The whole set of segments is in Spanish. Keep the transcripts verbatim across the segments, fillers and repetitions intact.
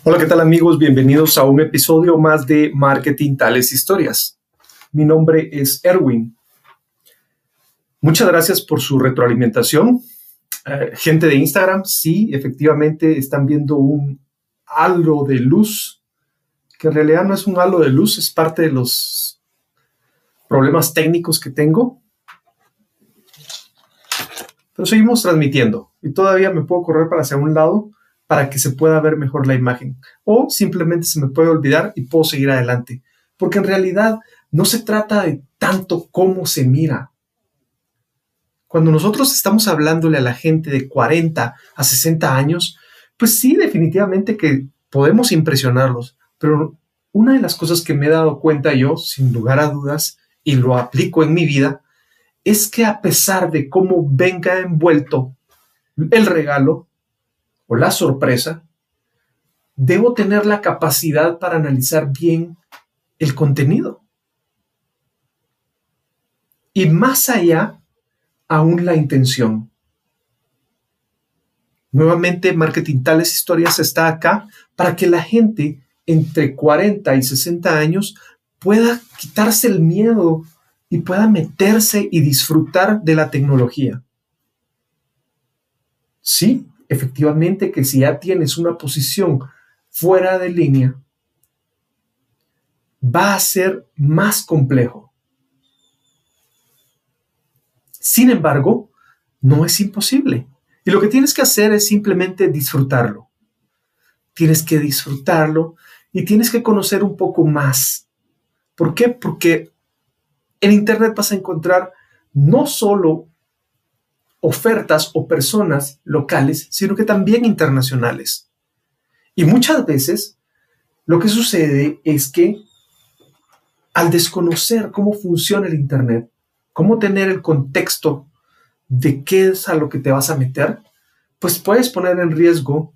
Hola, ¿qué tal amigos? Bienvenidos a un episodio más de Marketing Tales Historias. Mi nombre es Erwin. Muchas gracias por su retroalimentación. Eh, gente de Instagram, sí, efectivamente están viendo un halo de luz, que en realidad no es un halo de luz, es parte de los problemas técnicos que tengo. Pero seguimos transmitiendo y todavía me puedo correr para hacia un lado para que se pueda ver mejor la imagen. O simplemente se me puede olvidar y puedo seguir adelante. Porque en realidad no se trata de tanto cómo se mira. Cuando nosotros estamos hablándole a la gente de cuarenta a sesenta años, pues sí, definitivamente que podemos impresionarlos. Pero una de las cosas que me he dado cuenta yo, sin lugar a dudas, y lo aplico en mi vida, es que a pesar de cómo venga envuelto el regalo, o la sorpresa, debo tener la capacidad para analizar bien el contenido. Y más allá, aún la intención. Nuevamente, Marketing Tales Historias está acá para que la gente entre cuarenta y sesenta años pueda quitarse el miedo y pueda meterse y disfrutar de la tecnología. Sí, efectivamente que si ya tienes una posición fuera de línea, va a ser más complejo. Sin embargo, no es imposible. Y lo que tienes que hacer es simplemente disfrutarlo. Tienes que disfrutarlo y tienes que conocer un poco más. ¿Por qué? Porque en Internet vas a encontrar no solo ofertas o personas locales, sino que también internacionales. Y muchas veces lo que sucede es que al desconocer cómo funciona el Internet, cómo tener el contexto de qué es a lo que te vas a meter, pues puedes poner en riesgo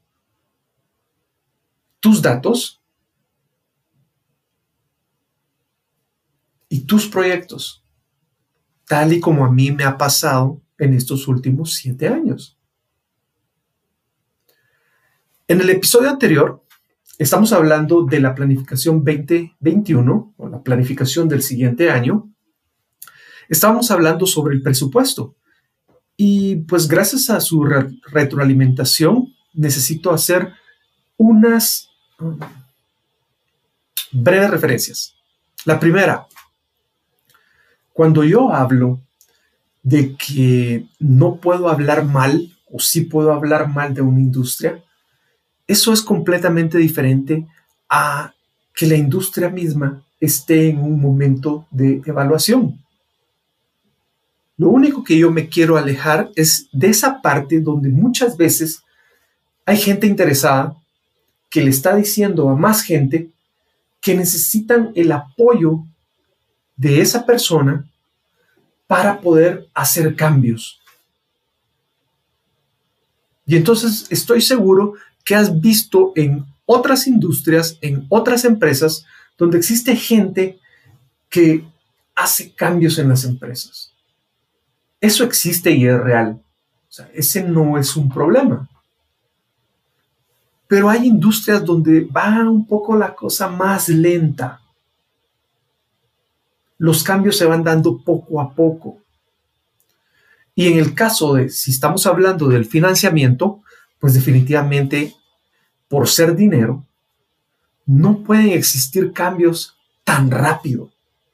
tus datos y tus proyectos, tal y como a mí me ha pasado en estos últimos siete años. En el episodio anterior, estamos hablando de la planificación veinte veintiuno, o la planificación del siguiente año. Estábamos hablando sobre el presupuesto. Y pues gracias a su re- retroalimentación, necesito hacer unas um, breves referencias. La primera, cuando yo hablo de que no puedo hablar mal o sí puedo hablar mal de una industria, eso es completamente diferente a que la industria misma esté en un momento de evaluación. Lo único que yo me quiero alejar es de esa parte donde muchas veces hay gente interesada que le está diciendo a más gente que necesitan el apoyo de esa persona para poder hacer cambios. Y entonces estoy seguro que has visto en otras industrias, en otras empresas, donde existe gente que hace cambios en las empresas. Eso existe y es real. O sea, ese no es un problema. Pero hay industrias donde va un poco la cosa más lenta. Los cambios se van dando poco a poco. Y en el caso de, si estamos hablando del financiamiento, pues definitivamente, por ser dinero, no pueden existir cambios tan rápido.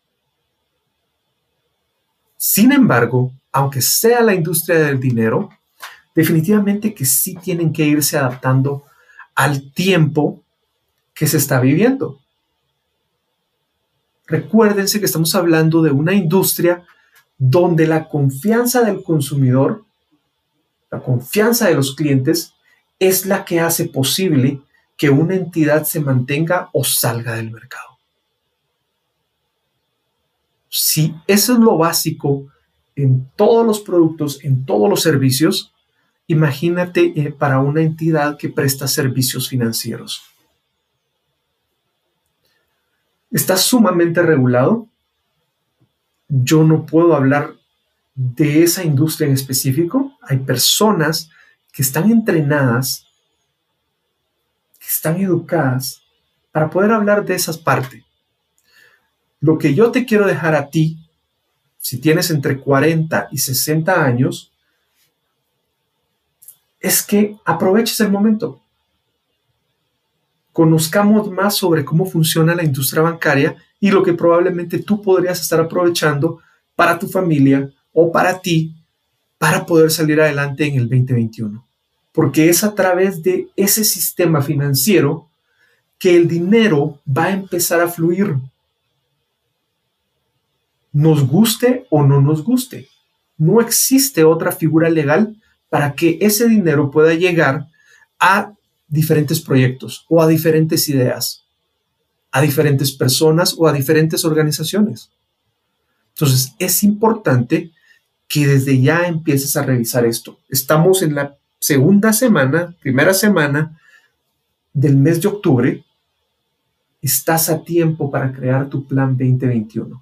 Sin embargo, aunque sea la industria del dinero, definitivamente que sí tienen que irse adaptando al tiempo que se está viviendo. Recuérdense que estamos hablando de una industria donde la confianza del consumidor, la confianza de los clientes, es la que hace posible que una entidad se mantenga o salga del mercado. Si eso es lo básico en todos los productos, en todos los servicios, imagínate eh, para una entidad que presta servicios financieros. Está sumamente regulado. Yo no puedo hablar de esa industria en específico. Hay personas que están entrenadas, que están educadas para poder hablar de esas partes. Lo que yo te quiero dejar a ti, si tienes entre cuarenta y sesenta años, es que aproveches el momento. Conozcamos más sobre cómo funciona la industria bancaria y lo que probablemente tú podrías estar aprovechando para tu familia o para ti para poder salir adelante en el veinte veintiuno. Porque es a través de ese sistema financiero que el dinero va a empezar a fluir. Nos guste o no nos guste. No existe otra figura legal para que ese dinero pueda llegar a diferentes proyectos o a diferentes ideas, a diferentes personas o a diferentes organizaciones. Entonces, es importante que desde ya empieces a revisar esto. Estamos en la segunda semana, primera semana del mes de octubre. Estás a tiempo para crear tu plan veinte veintiuno.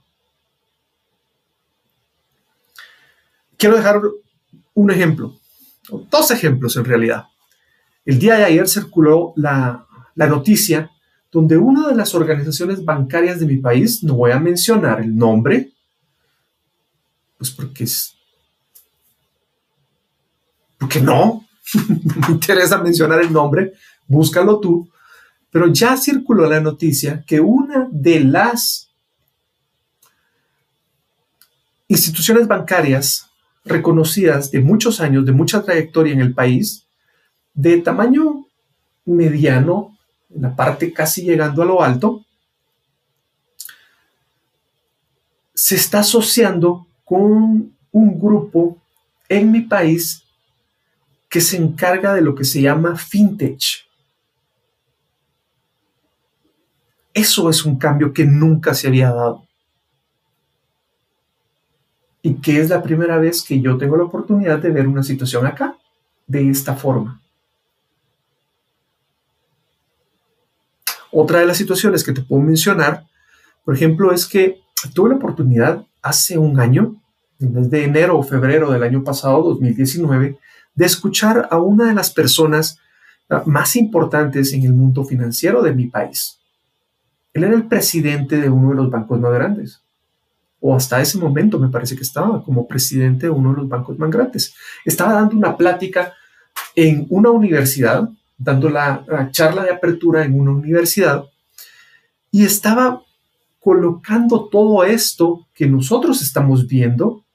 Quiero dejar un ejemplo, o dos ejemplos en realidad. El día de ayer circuló la, la noticia donde una de las organizaciones bancarias de mi país, no voy a mencionar el nombre, pues porque es, porque no, no me interesa mencionar el nombre, búscalo tú, pero ya circuló la noticia que una de las instituciones bancarias reconocidas de muchos años, de mucha trayectoria en el país, de tamaño mediano, en la parte casi llegando a lo alto, se está asociando con un grupo en mi país que se encarga de lo que se llama fintech. Eso es un cambio que nunca se había dado. Y que es la primera vez que yo tengo la oportunidad de ver una situación acá, de esta forma. Otra de las situaciones que te puedo mencionar, por ejemplo, es que tuve la oportunidad hace un año, en el mes de enero o febrero del año pasado, dos mil diecinueve, de escuchar a una de las personas más importantes en el mundo financiero de mi país. Él era el presidente de uno de los bancos más grandes. O hasta ese momento me parece que estaba como presidente de uno de los bancos más grandes. Estaba dando una plática en una universidad, dando la, la charla de apertura en una universidad, y estaba colocando todo esto que nosotros estamos viendo,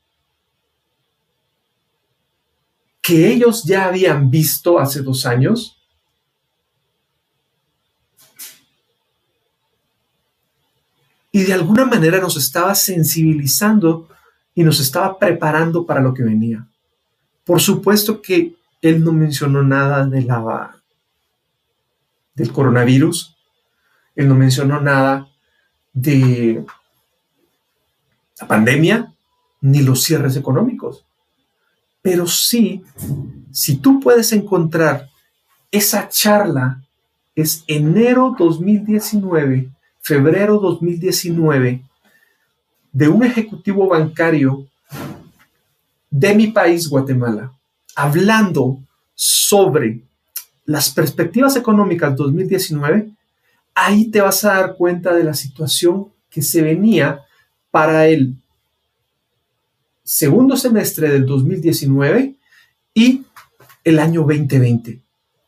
que ellos ya habían visto hace dos años, y de alguna manera nos estaba sensibilizando y nos estaba preparando para lo que venía. Por supuesto que él no mencionó nada de la, del coronavirus, él no mencionó nada de la pandemia, ni los cierres económicos. Pero sí, si tú puedes encontrar esa charla, es enero dos mil diecinueve, febrero dos mil diecinueve, de un ejecutivo bancario de mi país, Guatemala, hablando sobre las perspectivas económicas dos mil diecinueve, ahí te vas a dar cuenta de la situación que se venía para el segundo semestre del dos mil diecinueve y el año veinte veinte.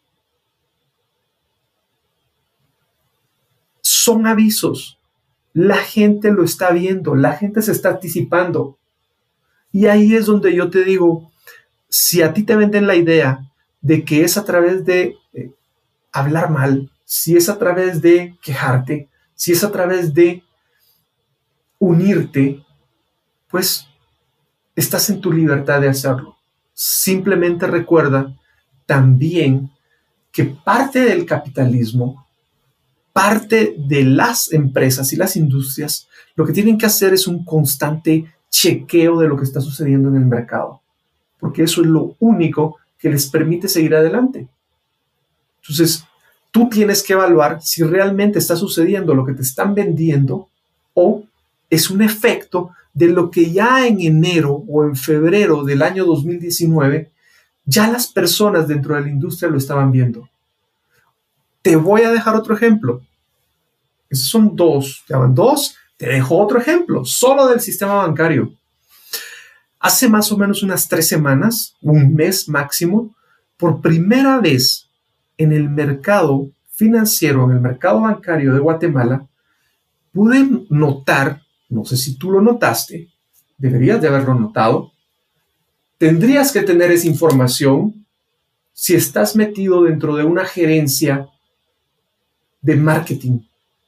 Son avisos. La gente lo está viendo, la gente se está anticipando. Y ahí es donde yo te digo, si a ti te venden la idea de que es a través de eh, hablar mal, si es a través de quejarte, si es a través de unirte, pues estás en tu libertad de hacerlo. Simplemente recuerda también que parte del capitalismo, parte de las empresas y las industrias, lo que tienen que hacer es un constante chequeo de lo que está sucediendo en el mercado, porque eso es lo único que les permite seguir adelante. Entonces, tú tienes que evaluar si realmente está sucediendo lo que te están vendiendo o es un efecto de lo que ya en enero o en febrero del año dos mil diecinueve ya las personas dentro de la industria lo estaban viendo. Te voy a dejar otro ejemplo. Esos son dos. Ya van dos. Te dejo otro ejemplo, solo del sistema bancario. Hace más o menos unas tres semanas, un mes máximo, por primera vez en el mercado financiero, en el mercado bancario de Guatemala, pude notar, no sé si tú lo notaste, deberías de haberlo notado, tendrías que tener esa información si estás metido dentro de una gerencia de marketing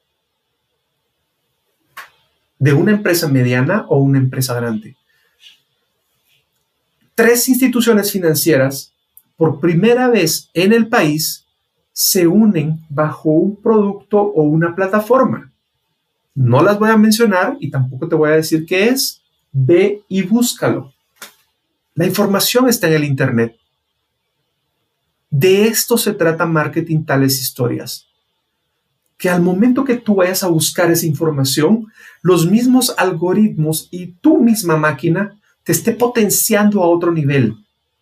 de una empresa mediana o una empresa grande. Tres instituciones financieras, por primera vez en el país, se unen bajo un producto o una plataforma. No las voy a mencionar y tampoco te voy a decir qué es. Ve y búscalo. La información está en el internet. De esto se trata Marketing Tales Historias. Que al momento que tú vayas a buscar esa información, los mismos algoritmos y tu misma máquina te esté potenciando a otro nivel.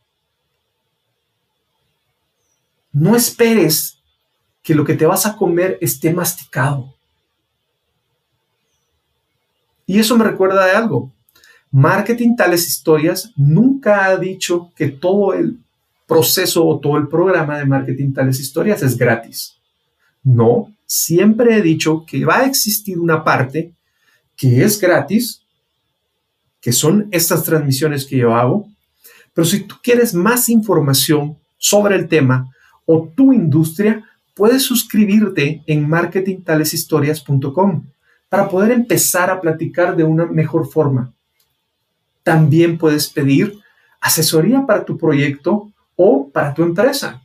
No esperes que lo que te vas a comer esté masticado. Y eso me recuerda de algo. Marketing Tales Historias nunca ha dicho que todo el proceso o todo el programa de Marketing Tales Historias es gratis. No, siempre he dicho que va a existir una parte que es gratis, que son estas transmisiones que yo hago, pero si tú quieres más información sobre el tema o tu industria, puedes suscribirte en marketing tales historias punto com para poder empezar a platicar de una mejor forma. También puedes pedir asesoría para tu proyecto o para tu empresa.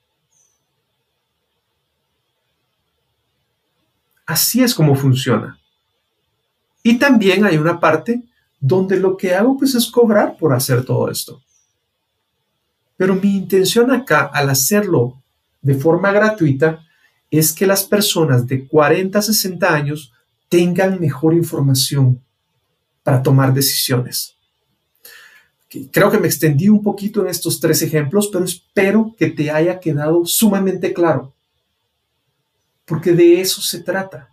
Así es como funciona. Y también hay una parte donde lo que hago pues es cobrar por hacer todo esto. Pero mi intención acá, al hacerlo de forma gratuita, es que las personas de cuarenta a sesenta años tengan mejor información para tomar decisiones. Creo que me extendí un poquito en estos tres ejemplos, pero espero que te haya quedado sumamente claro. Porque de eso se trata.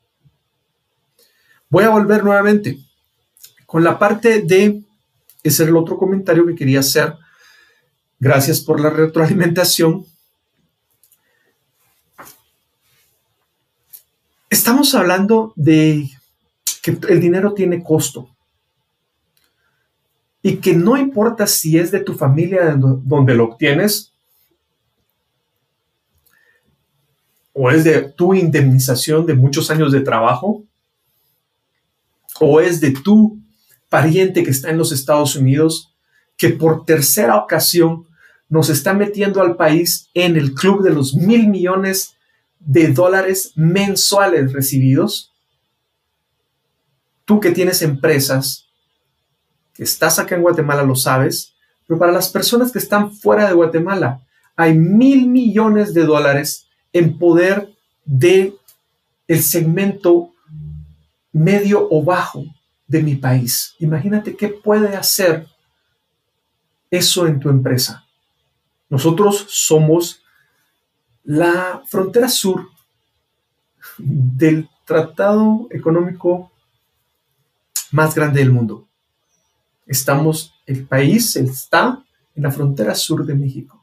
Voy a volver nuevamente con la parte de, ese era el otro comentario que quería hacer. Gracias por la retroalimentación. Estamos hablando de que el dinero tiene costo. Y que no importa si es de tu familia donde lo obtienes, o es de tu indemnización de muchos años de trabajo, o es de tu pariente que está en los Estados Unidos, que por tercera ocasión nos está metiendo al país en el club de los mil millones de dólares mensuales recibidos. Tú que tienes empresas, que estás acá en Guatemala lo sabes, pero para las personas que están fuera de Guatemala, hay mil millones de dólares en poder de el segmento medio o bajo de mi país. Imagínate qué puede hacer eso en tu empresa. Nosotros somos la frontera sur del tratado económico más grande del mundo. Estamos, el país está en la frontera sur de México.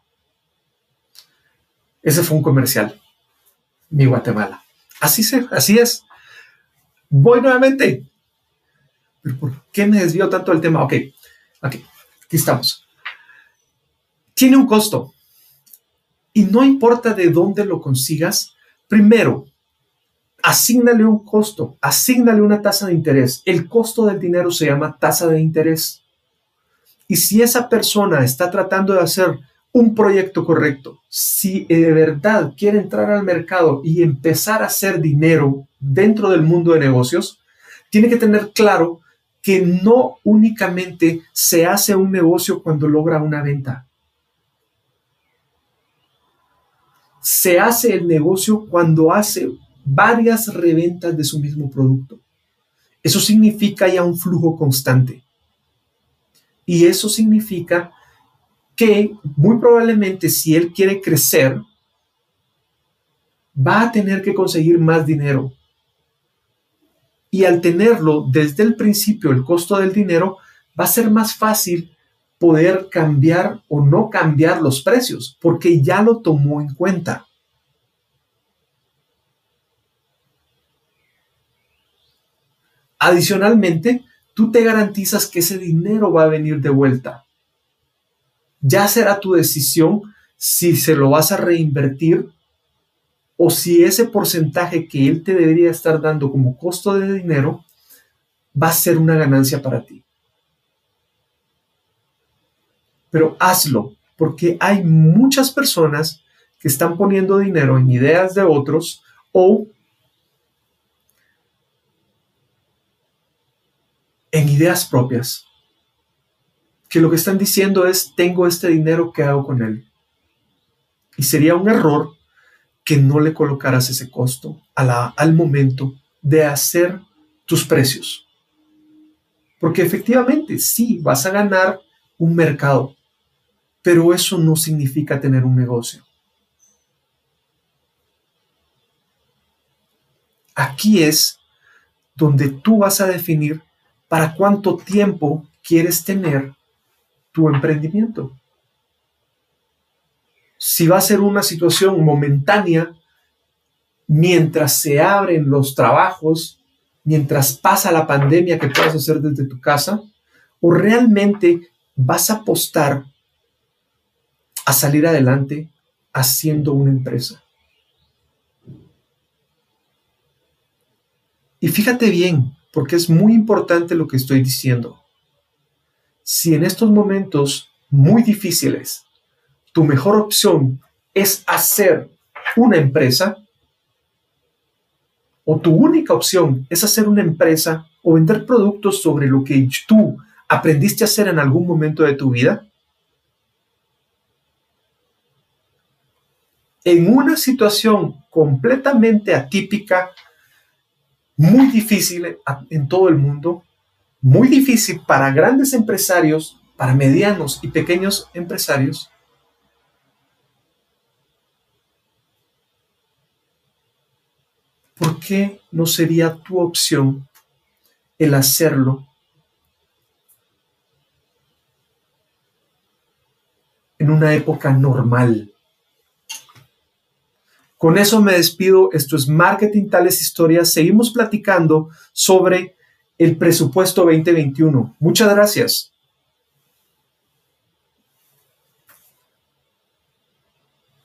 Ese fue un comercial. Mi Guatemala. Así, se, así es. Voy nuevamente. ¿Pero por qué me desvío tanto del tema? Ok, ok, aquí estamos. Tiene un costo. Y no importa de dónde lo consigas, primero, asígnale un costo, asígnale una tasa de interés. El costo del dinero se llama tasa de interés. Y si esa persona está tratando de hacer un proyecto correcto, si de verdad quiere entrar al mercado y empezar a hacer dinero dentro del mundo de negocios, tiene que tener claro que no únicamente se hace un negocio cuando logra una venta. Se hace el negocio cuando hace varias reventas de su mismo producto. Eso significa ya un flujo constante. Y eso significa que muy probablemente si él quiere crecer, va a tener que conseguir más dinero. Y al tenerlo desde el principio, el costo del dinero, va a ser más fácil poder cambiar o no cambiar los precios, porque ya lo tomó en cuenta. Adicionalmente, tú te garantizas que ese dinero va a venir de vuelta. Ya será tu decisión si se lo vas a reinvertir o si ese porcentaje que él te debería estar dando como costo de dinero va a ser una ganancia para ti. Pero hazlo, porque hay muchas personas que están poniendo dinero en ideas de otros o en ideas propias, que lo que están diciendo es: tengo este dinero, ¿qué hago con él? Y sería un error que no le colocaras ese costo a la, al momento de hacer tus precios. Porque efectivamente sí, vas a ganar un mercado, pero eso no significa tener un negocio. Aquí es donde tú vas a definir para cuánto tiempo quieres tener tu emprendimiento. Si va a ser una situación momentánea, mientras se abren los trabajos, mientras pasa la pandemia que puedas hacer desde tu casa, o realmente vas a apostar a salir adelante haciendo una empresa. Y fíjate bien, porque es muy importante lo que estoy diciendo. Si en estos momentos muy difíciles tu mejor opción es hacer una empresa, o tu única opción es hacer una empresa o vender productos sobre lo que tú aprendiste a hacer en algún momento de tu vida, en una situación completamente atípica, muy difícil en todo el mundo, muy difícil para grandes empresarios, para medianos y pequeños empresarios, ¿por qué no sería tu opción el hacerlo en una época normal? Con eso me despido. Esto es Marketing Tales Historias. Seguimos platicando sobre el presupuesto veinte veintiuno. Muchas gracias.